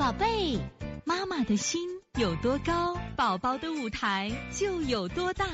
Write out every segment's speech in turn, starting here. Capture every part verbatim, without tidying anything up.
宝贝，妈妈的心有多高，宝宝的舞台就有多大。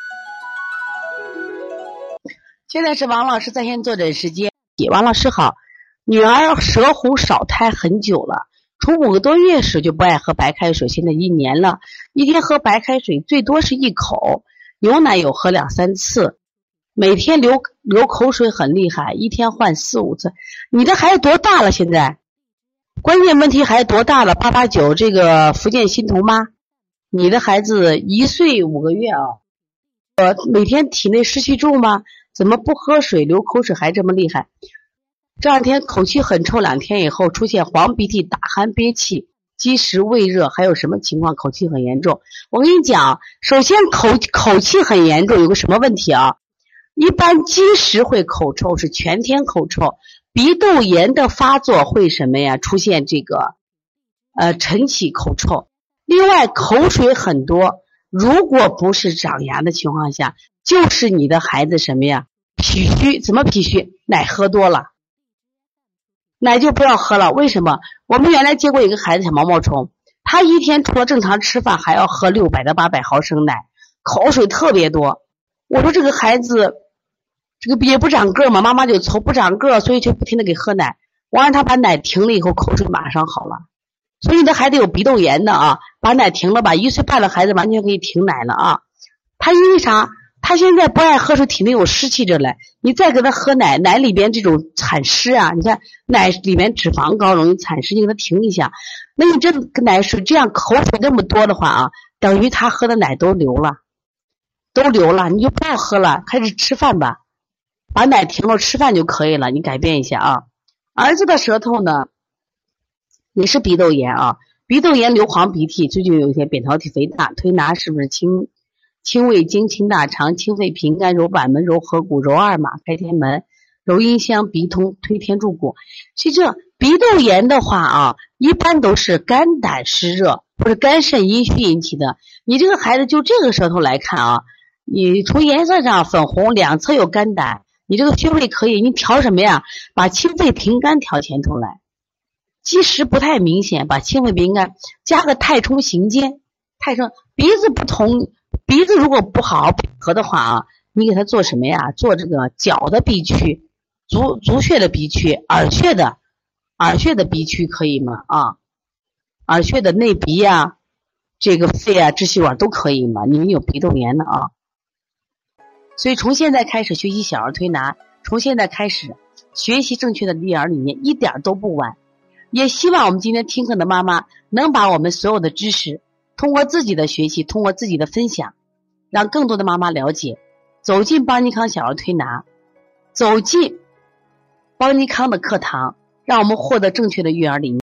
现在是王老师在线坐诊时间。王老师好，女儿舌红少胎很久了，从五个多月时就不爱喝白开水，现在一年了，一天喝白开水最多是一口，牛奶有喝两三次，每天流流口水很厉害，一天换四五次。你的孩子多大了？现在关键问题还多大了？八八九这个福建新童妈，你的孩子一岁五个月啊，呃，每天体内湿气重吗？怎么不喝水流口水还这么厉害？这两天口气很臭，两天以后出现黄鼻涕、打鼾、憋气、积食、胃热，还有什么情况？口气很严重。我跟你讲，首先口口气很严重有个什么问题啊？一般积食会口臭，是全天口臭。鼻窦炎的发作会什么呀？出现这个呃晨起口臭。另外口水很多，如果不是长牙的情况下，就是你的孩子什么呀？脾虚。怎么脾虚？奶喝多了，奶就不要喝了。为什么？我们原来接过一个孩子小毛毛虫，他一天除了正常吃饭，还要喝六百到八百毫升奶，口水特别多。我说这个孩子这个也不长个嘛，妈妈就愁不长个，所以就不停的给喝奶。我让他把奶停了以后，口水马上好了。所以你的孩子有鼻窦炎的啊，把奶停了吧，一岁半的孩子完全可以停奶了啊。他因为啥？他现在不爱喝水，体内有湿气着来，你再给他喝奶，奶里边这种产湿啊，你看奶里面脂肪高，容易产湿，你给他停一下。那你这个奶水这样口水那么多的话啊，等于他喝的奶都流了，都流了，你就不要喝了，开始吃饭吧，把奶停了，吃饭就可以了。你改变一下啊。儿子的舌头呢，也是鼻窦炎啊，鼻窦炎流黄鼻涕，最近有一些扁桃体肥大，推拿是不是清？清胃经、清大肠、清肺平肝、揉板门、揉合谷、揉二马、开天门、揉阴香、鼻通、推天柱骨。其实这鼻窦炎的话啊，一般都是肝胆湿热或者肝肾阴虚引起的。你这个孩子就这个舌头来看啊，你从颜色上粉红，两侧有肝胆，你这个穴位可以，你调什么呀？把清肺平肝调前头来。积食不太明显，把清肺平肝加个太冲行间。太冲鼻子不同。鼻子如果不好好配合的话啊，你给他做什么呀？做这个脚的鼻区、足足穴的鼻区、耳穴的耳穴的鼻区可以吗？啊，耳穴的内鼻呀、这个肺啊、支气管都可以吗？你们有鼻窦炎的啊，所以从现在开始学习小儿推拿，从现在开始学习正确的育儿理念，一点都不晚。也希望我们今天听课的妈妈能把我们所有的知识通过自己的学习，通过自己的分享，让更多的妈妈了解，走进邦尼康小儿推拿，走进邦尼康的课堂，让我们获得正确的育儿理念。